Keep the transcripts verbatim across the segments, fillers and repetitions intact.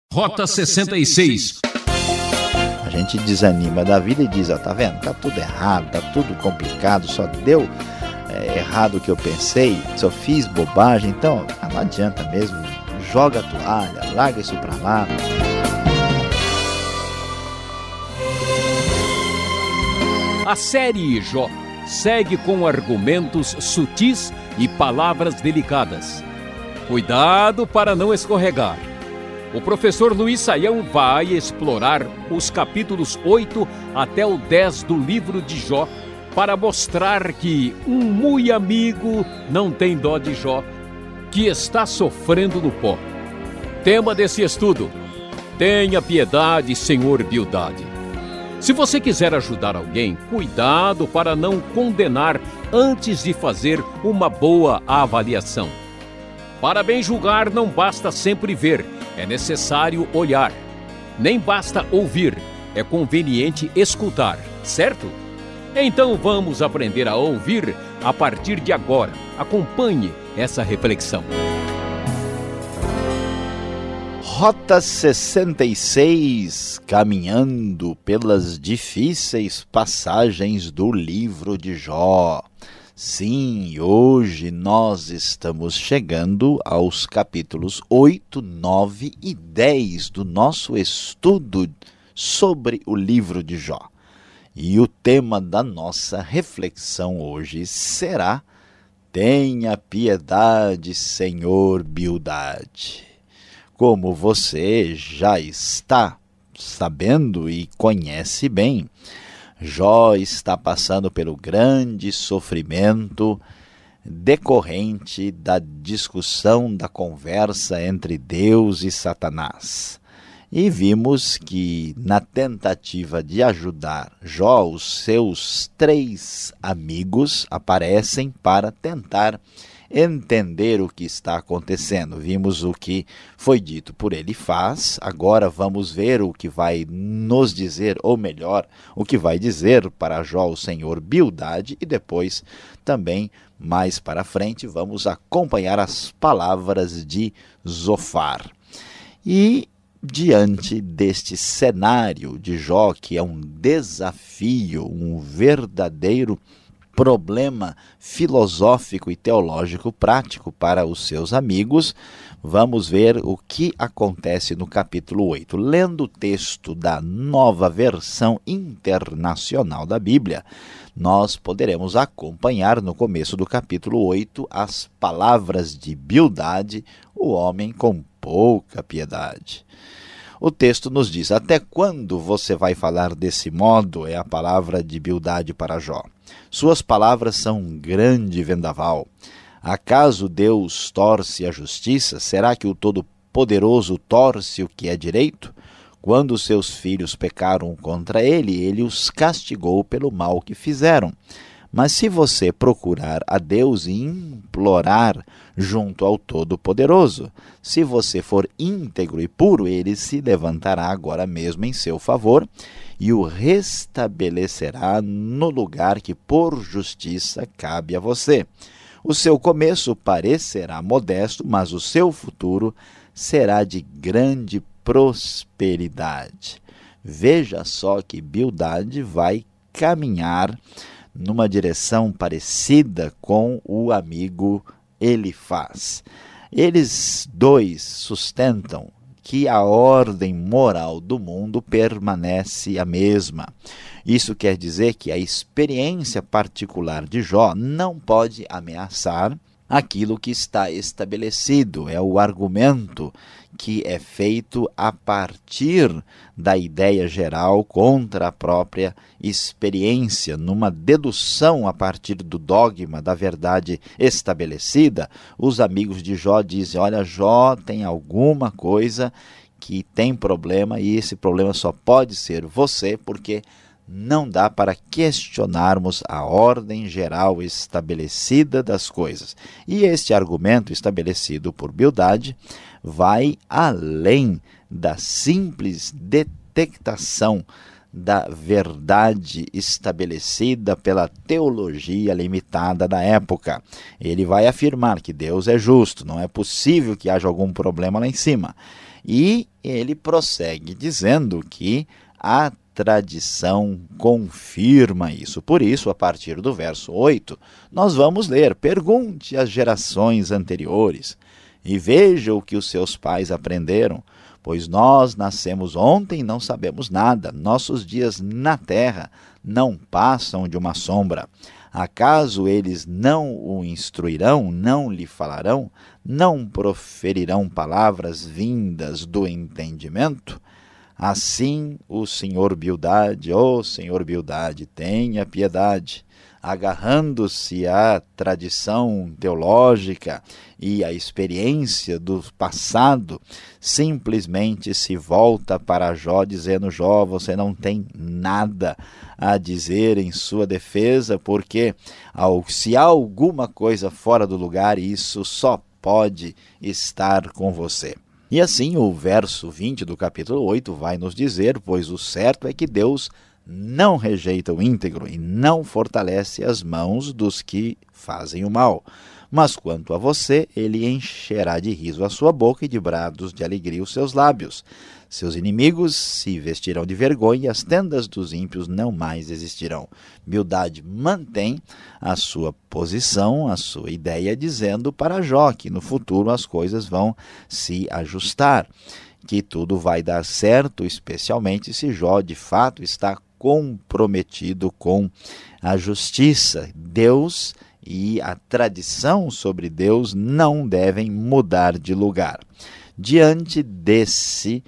Rota sessenta e seis. A gente desanima da vida e diz, ó, tá vendo? Tá tudo errado, tá tudo complicado, só deu é, errado o que eu pensei, só fiz bobagem, então não adianta mesmo, joga a toalha, larga isso pra lá. A série Jó segue com argumentos sutis e palavras delicadas. Cuidado para não escorregar. O professor Luiz Saião vai explorar os capítulos oito até o dez do livro de Jó para mostrar que um muito amigo não tem dó de Jó, que está sofrendo no pó. Tema desse estudo: tenha piedade, Senhor Bildade. Se você quiser ajudar alguém, cuidado para não condenar antes de fazer uma boa avaliação. Para bem julgar, não basta sempre ver, é necessário olhar. Nem basta ouvir, é conveniente escutar, certo? Então vamos aprender a ouvir a partir de agora. Acompanhe essa reflexão. Rota sessenta e seis, caminhando pelas difíceis passagens do livro de Jó. Sim, hoje nós estamos chegando aos capítulos oito, nove e dez do nosso estudo sobre o livro de Jó. E o tema da nossa reflexão hoje será: tenha piedade, Senhor Bildade. Como você já está sabendo e conhece bem, Jó está passando pelo grande sofrimento decorrente da discussão, da conversa entre Deus e Satanás. E vimos que, na tentativa de ajudar Jó, os seus três amigos aparecem para tentar entender o que está acontecendo. Vimos o que foi dito por Elifaz, agora vamos ver o que vai nos dizer, ou melhor, o que vai dizer para Jó o Senhor Bildade, e depois também, mais para frente, vamos acompanhar as palavras de Zofar. E diante deste cenário de Jó, que é um desafio, um verdadeiro problema filosófico e teológico prático para os seus amigos, vamos ver o que acontece no capítulo oito. Lendo o texto da Nova Versão Internacional da Bíblia, nós poderemos acompanhar no começo do capítulo oito as palavras de Bildade, o homem com pouca piedade. O texto nos diz: até quando você vai falar desse modo? É a palavra de Bildade para Jó. Suas palavras são um grande vendaval. Acaso Deus torce a justiça? Será que o Todo-Poderoso torce o que é direito? Quando seus filhos pecaram contra ele, ele os castigou pelo mal que fizeram. Mas se você procurar a Deus e implorar junto ao Todo-Poderoso, se você for íntegro e puro, ele se levantará agora mesmo em seu favor e o restabelecerá no lugar que por justiça cabe a você. O seu começo parecerá modesto, mas o seu futuro será de grande prosperidade. Veja só que Bildade vai caminhar numa direção parecida com o amigo Elifaz. Eles dois sustentam que a ordem moral do mundo permanece a mesma. Isso quer dizer que a experiência particular de Jó não pode ameaçar aquilo que está estabelecido. É o argumento que é feito a partir da ideia geral contra a própria experiência, numa dedução a partir do dogma da verdade estabelecida. Os amigos de Jó dizem: olha, Jó tem alguma coisa que tem problema e esse problema só pode ser você, porque não dá para questionarmos a ordem geral estabelecida das coisas. E este argumento estabelecido por Bildade vai além da simples detectação da verdade estabelecida pela teologia limitada da época. Ele vai afirmar que Deus é justo, não é possível que haja algum problema lá em cima. E ele prossegue dizendo que a tradição confirma isso. Por isso, a partir do verso oito, nós vamos ler: pergunte às gerações anteriores e veja o que os seus pais aprenderam, pois nós nascemos ontem e não sabemos nada. Nossos dias na terra não passam de uma sombra. Acaso eles não o instruirão, não lhe falarão, não proferirão palavras vindas do entendimento? Assim o senhor Bildade, ó senhor Bildade, tenha piedade, agarrando-se à tradição teológica e à experiência do passado, simplesmente se volta para Jó dizendo: Jó, você não tem nada a dizer em sua defesa, porque se há alguma coisa fora do lugar, isso só pode estar com você. E assim o verso vinte do capítulo oito vai nos dizer: pois o certo é que Deus não rejeita o íntegro e não fortalece as mãos dos que fazem o mal. Mas quanto a você, ele encherá de riso a sua boca e de brados de alegria os seus lábios. Seus inimigos se vestirão de vergonha e as tendas dos ímpios não mais existirão. Bildade mantém a sua posição, a sua ideia, dizendo para Jó que no futuro as coisas vão se ajustar, que tudo vai dar certo, especialmente se Jó de fato está comprometido com a justiça. Deus e a tradição sobre Deus não devem mudar de lugar. Diante desse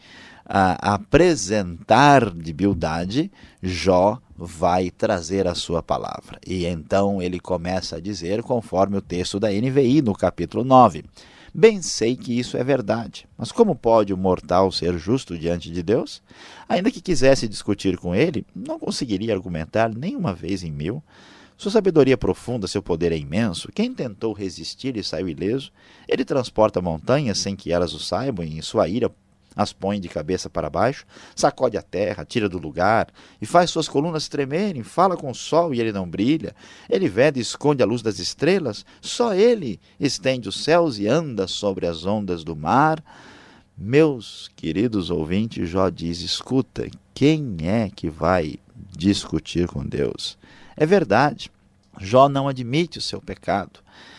a, apresentar de Bildade, Jó vai trazer a sua palavra. E então ele começa a dizer, conforme o texto da N V I, no capítulo nove: bem sei que isso é verdade, mas como pode o mortal ser justo diante de Deus? Ainda que quisesse discutir com ele, não conseguiria argumentar nem uma vez em mil. Sua sabedoria profunda, seu poder é imenso. Quem tentou resistir e saiu ileso? Ele transporta montanhas sem que elas o saibam, e em sua ira as põe de cabeça para baixo, sacode a terra, tira do lugar e faz suas colunas tremerem, fala com o sol e ele não brilha. Ele veda e esconde a luz das estrelas, só ele estende os céus e anda sobre as ondas do mar. Meus queridos ouvintes, Jó diz: escuta, quem é que vai discutir com Deus? É verdade, Jó não admite o seu pecado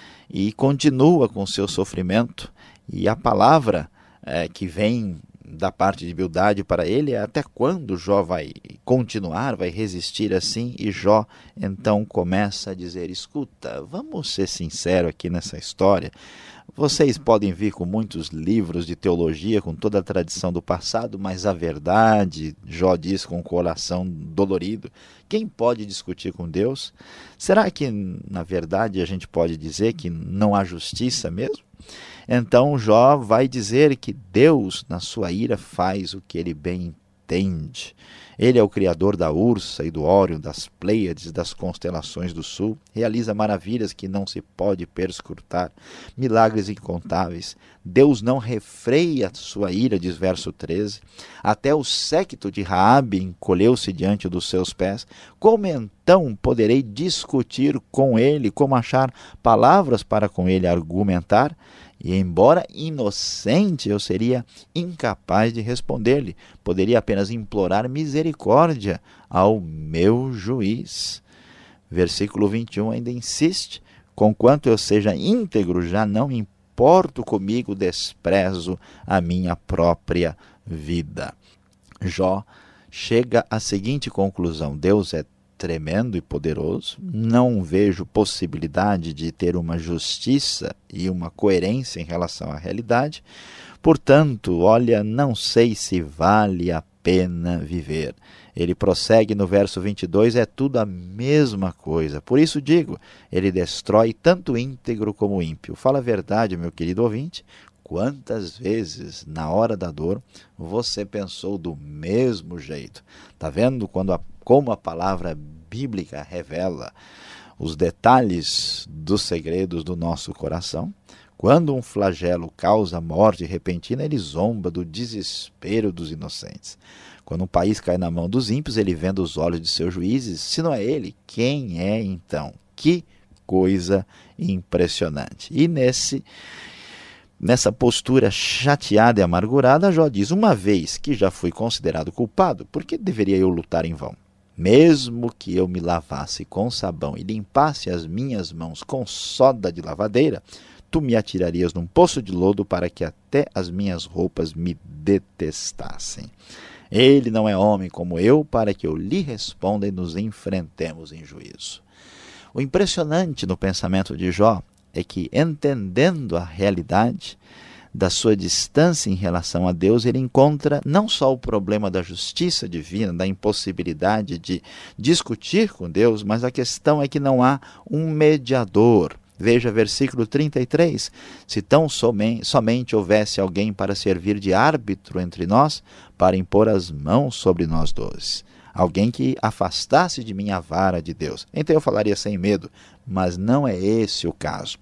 e continua com o seu sofrimento, e a palavra é, que vem da parte de Bildade para ele é: até quando Jó vai continuar, vai resistir assim? E Jó então começa a dizer: escuta, vamos ser sinceros aqui nessa história. Vocês podem vir com muitos livros de teologia, com toda a tradição do passado, mas a verdade, Jó diz com o coração dolorido, quem pode discutir com Deus? Será que, na verdade, a gente pode dizer que não há justiça mesmo? Então Jó vai dizer que Deus, na sua ira, faz o que ele bem entende. Ele é o criador da Ursa e do Órion, das Pleiades, das constelações do sul, realiza maravilhas que não se pode perscrutar, milagres incontáveis. Deus não refreia sua ira, diz verso treze, até o séquito de Raabe encolheu-se diante dos seus pés. Como então poderei discutir com ele, como achar palavras para com ele argumentar? E embora inocente, eu seria incapaz de responder-lhe. Poderia apenas implorar misericórdia ao meu juiz. Versículo vinte e um ainda insiste: conquanto eu seja íntegro, já não importo comigo, desprezo a minha própria vida. Jó chega à seguinte conclusão: Deus é tremendo e poderoso, não vejo possibilidade de ter uma justiça e uma coerência em relação à realidade, portanto, olha, não sei se vale a pena viver. Ele prossegue no verso vinte e dois: é tudo a mesma coisa, por isso digo, ele destrói tanto o íntegro como o ímpio. Fala a verdade, meu querido ouvinte. Quantas vezes, na hora da dor, você pensou do mesmo jeito? Está vendo quando a, como a palavra bíblica revela os detalhes dos segredos do nosso coração? Quando um flagelo causa morte repentina, ele zomba do desespero dos inocentes. Quando um país cai na mão dos ímpios, ele venda os olhos de seus juízes. Se não é ele, quem é então? Que coisa impressionante! E nesse... nessa postura chateada e amargurada, Jó diz: uma vez que já fui considerado culpado, por que deveria eu lutar em vão? Mesmo que eu me lavasse com sabão e limpasse as minhas mãos com soda de lavadeira, tu me atirarias num poço de lodo para que até as minhas roupas me detestassem. Ele não é homem como eu para que eu lhe responda e nos enfrentemos em juízo. O impressionante no pensamento de Jó é que, entendendo a realidade da sua distância em relação a Deus, ele encontra não só o problema da justiça divina, da impossibilidade de discutir com Deus, mas a questão é que não há um mediador. Veja versículo trinta e três, se tão somente, somente houvesse alguém para servir de árbitro entre nós, para impor as mãos sobre nós dois. Alguém que afastasse de mim a vara de Deus. Então eu falaria sem medo, mas não é esse o caso.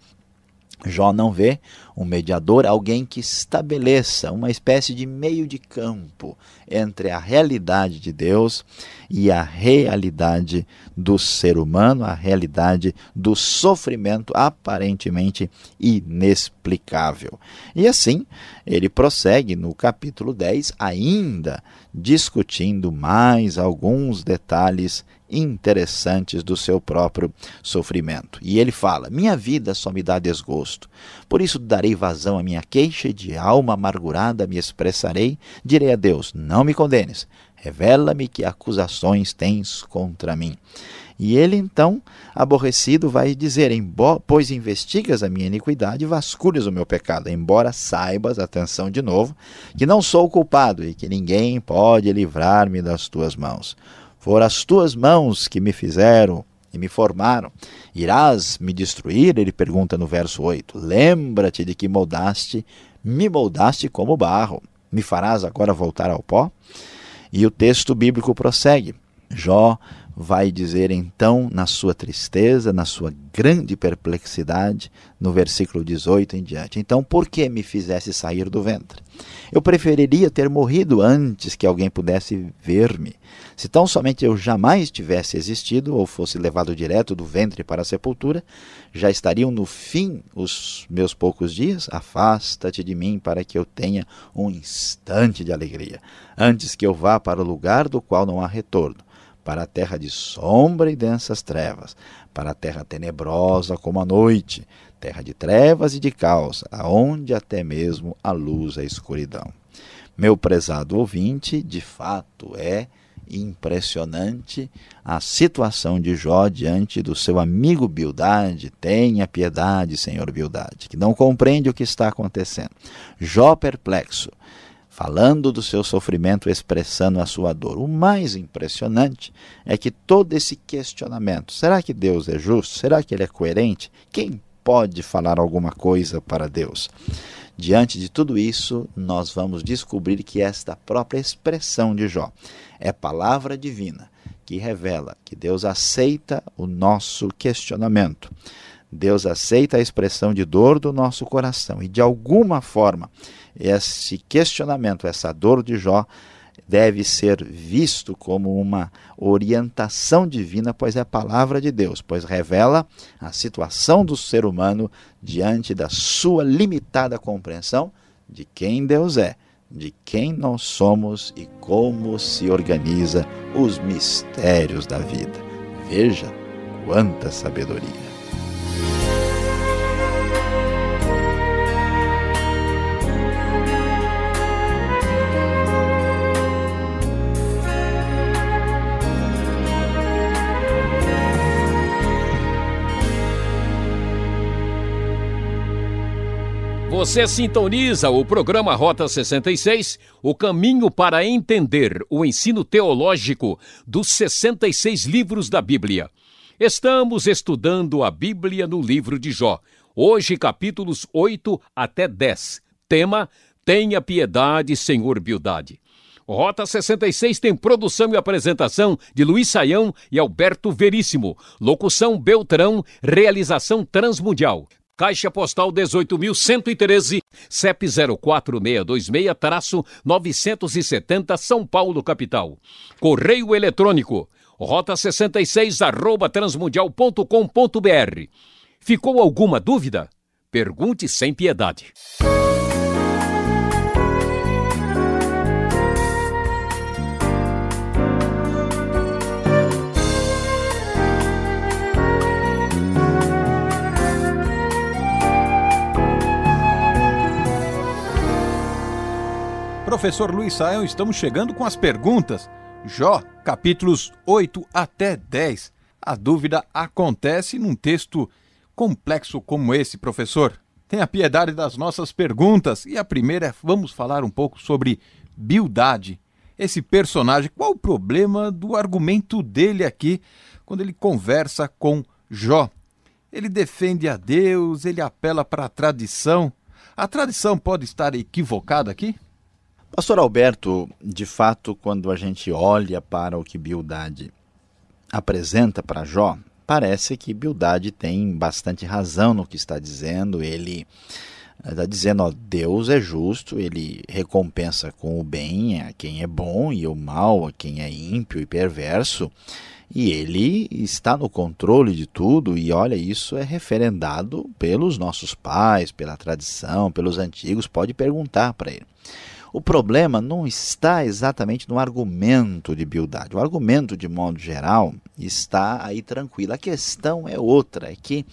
Jó não vê um mediador, alguém que estabeleça uma espécie de meio de campo entre a realidade de Deus e a realidade do ser humano, a realidade do sofrimento aparentemente inexplicável. E assim, ele prossegue no capítulo dez, ainda discutindo mais alguns detalhes interessantes do seu próprio sofrimento. E ele fala: minha vida só me dá desgosto, por isso darei vazão à minha queixa e de alma amargurada me expressarei. Direi a Deus: não me condenes, revela-me que acusações tens contra mim. E ele então, aborrecido, vai dizer: pois investigas a minha iniquidade e vasculhas o meu pecado, embora saibas, atenção de novo, que não sou culpado e que ninguém pode livrar-me das tuas mãos. Foram as tuas mãos que me fizeram e me formaram. Irás me destruir? Ele pergunta no verso oito. Lembra-te de que moldaste, me moldaste como barro. Me farás agora voltar ao pó? E o texto bíblico prossegue. Jó vai dizer então, na sua tristeza, na sua grande perplexidade, no versículo dezoito em diante: então, por que me fizesse sair do ventre? Eu preferiria ter morrido antes que alguém pudesse ver-me. Se tão somente eu jamais tivesse existido, ou fosse levado direto do ventre para a sepultura, já estariam no fim os meus poucos dias? Afasta-te de mim para que eu tenha um instante de alegria, antes que eu vá para o lugar do qual não há retorno, para a terra de sombra e densas trevas, para a terra tenebrosa como a noite, terra de trevas e de caos, aonde até mesmo a luz é escuridão. Meu prezado ouvinte, de fato é impressionante a situação de Jó diante do seu amigo Bildade. Tenha piedade, Senhor Bildade, que não compreende o que está acontecendo. Jó perplexo, falando do seu sofrimento, expressando a sua dor. O mais impressionante é que todo esse questionamento, será que Deus é justo? Será que ele é coerente? Quem pode falar alguma coisa para Deus? Diante de tudo isso, nós vamos descobrir que esta própria expressão de Jó é palavra divina, que revela que Deus aceita o nosso questionamento. Deus aceita a expressão de dor do nosso coração. E de alguma forma, esse questionamento, essa dor de Jó, deve ser visto como uma orientação divina, pois é a palavra de Deus, pois revela a situação do ser humano diante da sua limitada compreensão de quem Deus é, de quem nós somos e como se organiza os mistérios da vida. Veja quanta sabedoria! Você sintoniza o programa Rota sessenta e seis, o caminho para entender o ensino teológico dos sessenta e seis livros da Bíblia. Estamos estudando a Bíblia no livro de Jó, hoje capítulos oito até dez. Tema: Tenha piedade, Senhor Bildade. Rota sessenta e seis tem produção e apresentação de Luiz Saião e Alberto Veríssimo. Locução Beltrão, realização Transmundial. Caixa Postal dezoito mil cento e treze, C E P zero quatro seis dois seis, novecentos e setenta, São Paulo, capital. Correio eletrônico, rota sessenta e seis, arroba transmundial ponto com ponto br. Ficou alguma dúvida? Pergunte sem piedade. Professor Luiz Saião, estamos chegando com as perguntas. Jó, capítulos oito até dez. A dúvida acontece num texto complexo como esse, professor. Tenha piedade das nossas perguntas. E a primeira é, vamos falar um pouco sobre Bildade. Esse personagem, qual o problema do argumento dele aqui, quando ele conversa com Jó? Ele defende a Deus, ele apela para a tradição. A tradição pode estar equivocada aqui? Pastor Alberto, de fato, quando a gente olha para o que Bildade apresenta para Jó, parece que Bildade tem bastante razão no que está dizendo. Ele está dizendo, ó, Deus é justo, ele recompensa com o bem a quem é bom e o mal a quem é ímpio e perverso, e ele está no controle de tudo, e olha, isso é referendado pelos nossos pais, pela tradição, pelos antigos, pode perguntar para ele. O problema não está exatamente no argumento de Bildade. O argumento, de modo geral, está aí tranquilo. A questão é outra, é que,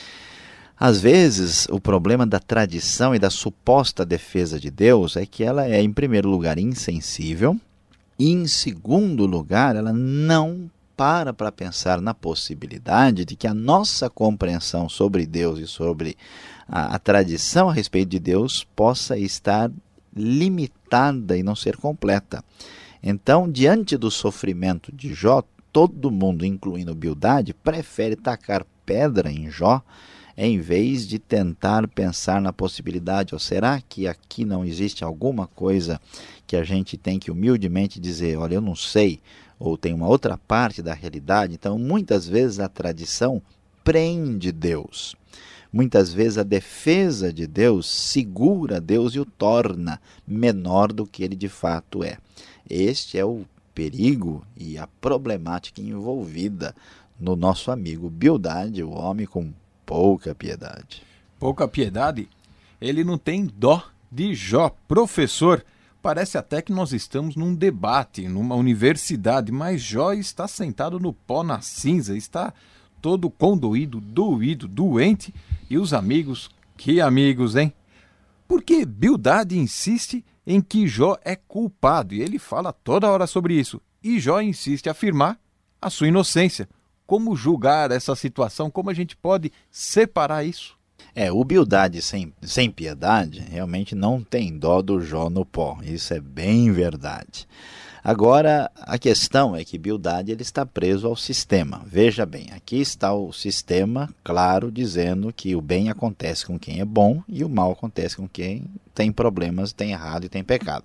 às vezes, o problema da tradição e da suposta defesa de Deus é que ela é, em primeiro lugar, insensível, e, em segundo lugar, ela não para para pensar na possibilidade de que a nossa compreensão sobre Deus e sobre a, a tradição a respeito de Deus possa estar limitada e não ser completa. Então, diante do sofrimento de Jó, todo mundo, incluindo Bildade, prefere tacar pedra em Jó, em vez de tentar pensar na possibilidade, ou será que aqui não existe alguma coisa que a gente tem que humildemente dizer, olha, eu não sei, ou tem uma outra parte da realidade. Então, muitas vezes a tradição prende Deus. Muitas vezes a defesa de Deus segura Deus e o torna menor do que ele de fato é. Este é o perigo e a problemática envolvida no nosso amigo Bildade, o homem com pouca piedade. Pouca piedade? Ele não tem dó de Jó. Professor, parece até que nós estamos num debate, numa universidade, mas Jó está sentado no pó, na cinza, está todo condoído, doído, doente, e os amigos, que amigos, hein? Porque Bildade insiste em que Jó é culpado, e ele fala toda hora sobre isso, e Jó insiste em afirmar a sua inocência. Como julgar essa situação? Como a gente pode separar isso? É, o Bildade sem, sem piedade realmente não tem dó do Jó no pó, isso é bem verdade. Agora, a questão é que Bildade ele está preso ao sistema. Veja bem, aqui está o sistema, claro, dizendo que o bem acontece com quem é bom e o mal acontece com quem tem problemas, tem errado e tem pecado.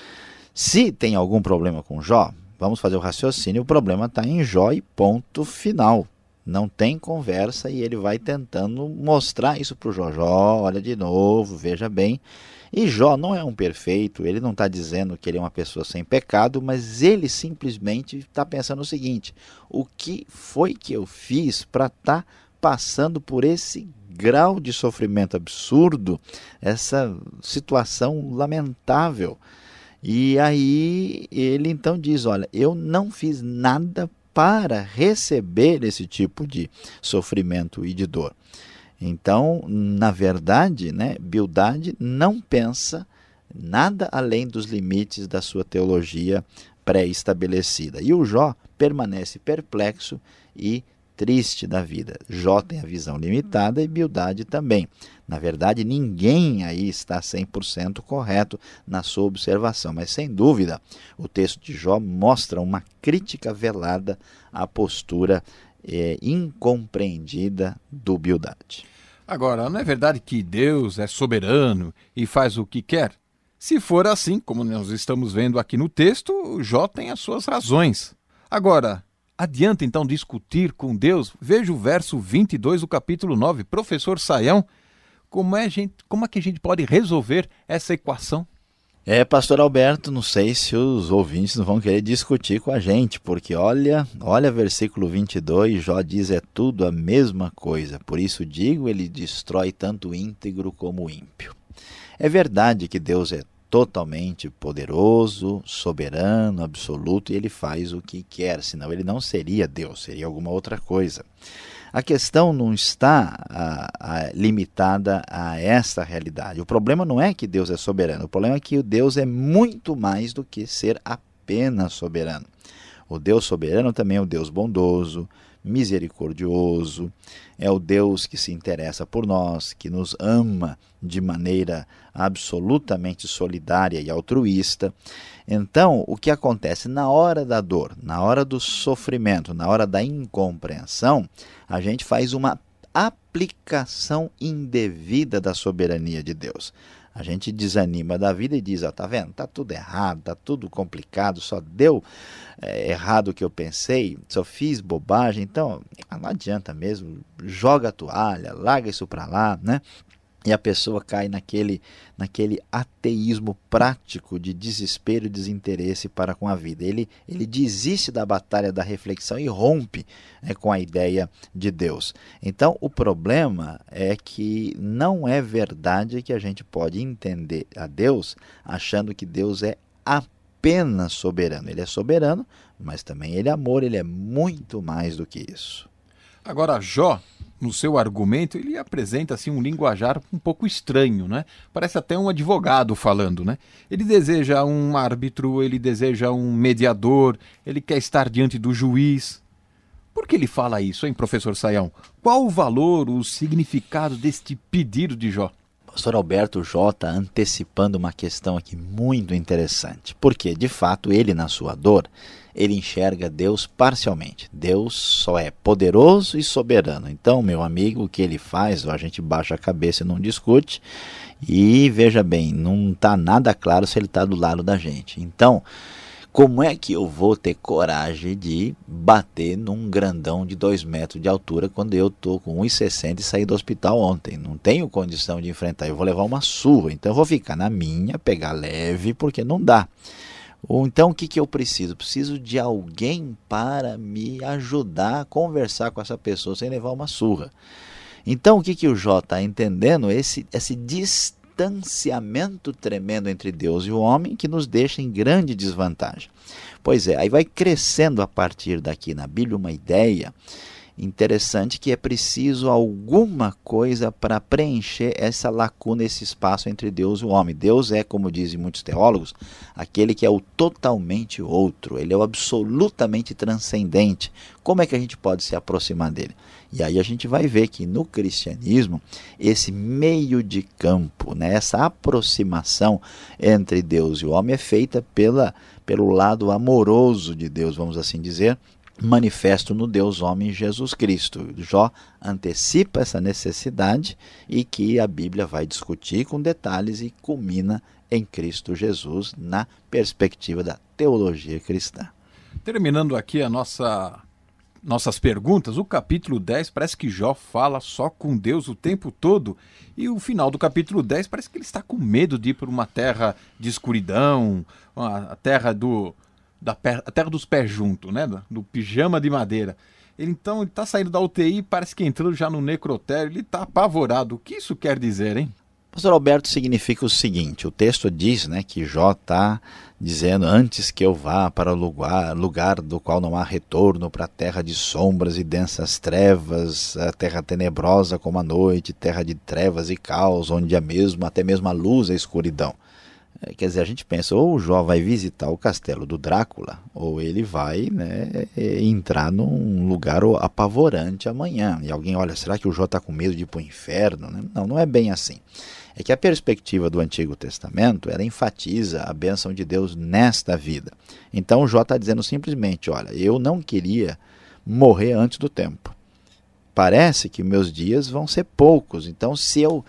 Se tem algum problema com Jó, vamos fazer o raciocínio, o problema está em Jó e ponto final. Não tem conversa e ele vai tentando mostrar isso para o Jó. Jó, olha de novo, veja bem. E Jó não é um perfeito, ele não está dizendo que ele é uma pessoa sem pecado, mas ele simplesmente está pensando o seguinte, o que foi que eu fiz para estar tá passando por esse grau de sofrimento absurdo, essa situação lamentável? E aí ele então diz, olha, eu não fiz nada para receber esse tipo de sofrimento e de dor. Então, na verdade, né, Bildade não pensa nada além dos limites da sua teologia pré-estabelecida. E o Jó permanece perplexo e triste da vida. Jó tem a visão limitada e Bildade também. Na verdade, ninguém aí está cem por cento correto na sua observação, mas sem dúvida, o texto de Jó mostra uma crítica velada à postura É, incompreendida do Bildade. Agora, não é verdade que Deus é soberano e faz o que quer? Se for assim, como nós estamos vendo aqui no texto, Jó tem as suas razões. Agora, adianta então discutir com Deus? Veja o verso vinte e dois do capítulo nove. Professor Saião, como é, gente, como é que a gente pode resolver essa equação? É, pastor Alberto, não sei se os ouvintes não vão querer discutir com a gente, porque olha, olha versículo vinte e dois, Jó diz, é tudo a mesma coisa, por isso digo, ele destrói tanto o íntegro como o ímpio. É verdade que Deus é totalmente poderoso, soberano, absoluto, e ele faz o que quer, senão ele não seria Deus, seria alguma outra coisa. A questão não está a, a, limitada a essa realidade. O problema não é que Deus é soberano, o problema é que o Deus é muito mais do que ser apenas soberano. O Deus soberano também é o Deus bondoso, misericordioso, é o Deus que se interessa por nós, que nos ama de maneira absolutamente solidária e altruísta. Então, o que acontece na hora da dor, na hora do sofrimento, na hora da incompreensão, a gente faz uma aplicação indevida da soberania de Deus. A gente desanima da vida e diz, ó, tá vendo, tá tudo errado, tá tudo complicado, só deu é, errado o que eu pensei, só fiz bobagem, então não adianta mesmo, joga a toalha, larga isso para lá, né? E a pessoa cai naquele, naquele ateísmo prático de desespero e desinteresse para com a vida. Ele, ele desiste da batalha da reflexão e rompe, né, com a ideia de Deus. Então, o problema é que não é verdade que a gente pode entender a Deus achando que Deus é apenas soberano. Ele é soberano, mas também ele é amor, ele é muito mais do que isso. Agora, Jó, no seu argumento, ele apresenta assim, um linguajar um pouco estranho, né? Parece até um advogado falando, né? Ele deseja um árbitro, ele deseja um mediador, ele quer estar diante do juiz. Por que ele fala isso, hein, professor Sayão? Qual o valor, o significado deste pedido de Jó? Pastor Alberto, Jó está antecipando uma questão aqui muito interessante. Porque, de fato, ele na sua dor, ele enxerga Deus parcialmente. Deus só é poderoso e soberano. Então, meu amigo, o que ele faz, a gente baixa a cabeça e não discute. E veja bem, não está nada claro se ele está do lado da gente. Então, como é que eu vou ter coragem de bater num grandão de dois metros de altura quando eu estou com um e sessenta e saí do hospital ontem? Não tenho condição de enfrentar, eu vou levar uma surra. Então eu vou ficar na minha, pegar leve, porque não dá. Ou então o que, que eu preciso? Preciso de alguém para me ajudar a conversar com essa pessoa sem levar uma surra. Então o que, que o Jó está entendendo? Esse, esse distanciamento tremendo entre Deus e o homem que nos deixa em grande desvantagem. Pois é, aí vai crescendo a partir daqui na Bíblia uma ideia interessante que é preciso alguma coisa para preencher essa lacuna, esse espaço entre Deus e o homem. Deus é, como dizem muitos teólogos, aquele que é o totalmente outro, ele é o absolutamente transcendente. Como é que a gente pode se aproximar dele? E aí a gente vai ver que no cristianismo, esse meio de campo, né, essa aproximação entre Deus e o homem é feita pela, pelo lado amoroso de Deus, vamos assim dizer, manifesto no Deus homem Jesus Cristo. Jó antecipa essa necessidade e que a Bíblia vai discutir com detalhes e culmina em Cristo Jesus na perspectiva da teologia cristã. Terminando aqui a nossa, nossas perguntas, o capítulo dez parece que Jó fala só com Deus o tempo todo e o final do capítulo dez parece que ele está com medo de ir para uma terra de escuridão, a terra do... Da pé, a terra dos pés juntos, né? Do, do pijama de madeira. Ele, então, ele está saindo da U T I, parece que entrando já no necrotério, ele está apavorado. O que isso quer dizer, hein? Pastor Alberto, significa o seguinte, o texto diz, né, que Jó está dizendo, antes que eu vá para o lugar, lugar do qual não há retorno, para a terra de sombras e densas trevas, a terra tenebrosa como a noite, terra de trevas e caos, onde há mesmo, até mesmo a luz e a escuridão. Quer dizer, a gente pensa, ou o Jó vai visitar o castelo do Drácula, ou ele vai, né, entrar num lugar apavorante amanhã. E alguém, olha, será que o Jó está com medo de ir para o inferno? Não, não é bem assim. É que a perspectiva do Antigo Testamento, ela enfatiza a bênção de Deus nesta vida. Então o Jó está dizendo simplesmente, olha, eu não queria morrer antes do tempo. Parece que meus dias vão ser poucos, então se eu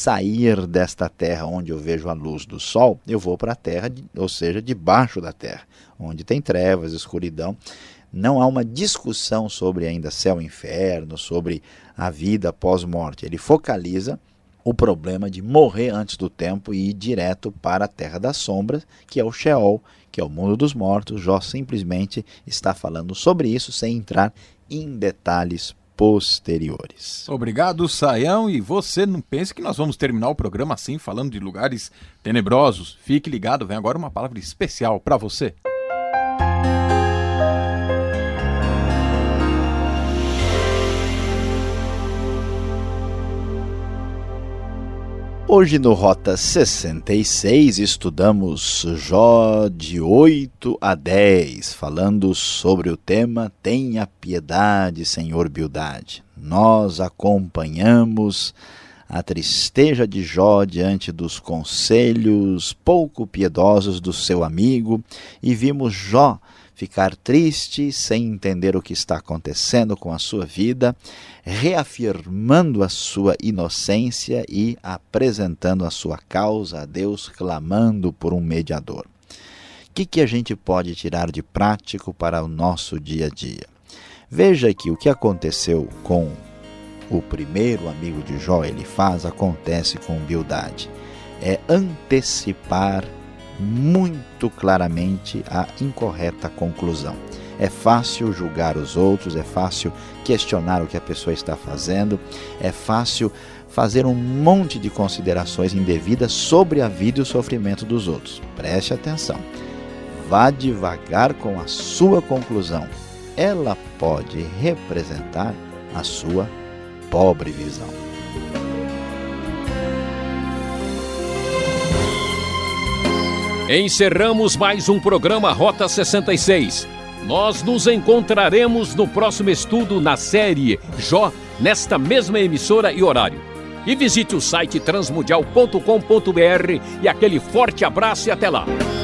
sair desta terra onde eu vejo a luz do sol, eu vou para a terra, ou seja, debaixo da terra, onde tem trevas, escuridão. Não há uma discussão sobre ainda céu e inferno, sobre a vida pós-morte. Ele focaliza o problema de morrer antes do tempo e ir direto para a terra das sombras, que é o Sheol, que é o mundo dos mortos. Jó simplesmente está falando sobre isso sem entrar em detalhes posteriores. Obrigado, Saião, e você não pense que nós vamos terminar o programa assim, falando de lugares tenebrosos. Fique ligado, vem agora uma palavra especial para você. Hoje no Rota sessenta e seis estudamos Jó de oito a dez, falando sobre o tema Tenha piedade, Senhor Bildade. Nós acompanhamos a tristeza de Jó diante dos conselhos pouco piedosos do seu amigo e vimos Jó ficar triste, sem entender o que está acontecendo com a sua vida, reafirmando a sua inocência e apresentando a sua causa a Deus, clamando por um mediador. O que, que a gente pode tirar de prático para o nosso dia a dia? Veja que o que aconteceu com o primeiro amigo de Jó, Elifaz, acontece com Bildade. É antecipar muito claramente a incorreta conclusão. É fácil julgar os outros, é fácil questionar o que a pessoa está fazendo, é fácil fazer um monte de considerações indevidas sobre a vida e o sofrimento dos outros. Preste atenção. Vá devagar com a sua conclusão. Ela pode representar a sua pobre visão. Encerramos mais um programa Rota sessenta e seis. Nós nos encontraremos no próximo estudo na série Jó, nesta mesma emissora e horário. E visite o site transmundial ponto com ponto br e aquele forte abraço e até lá.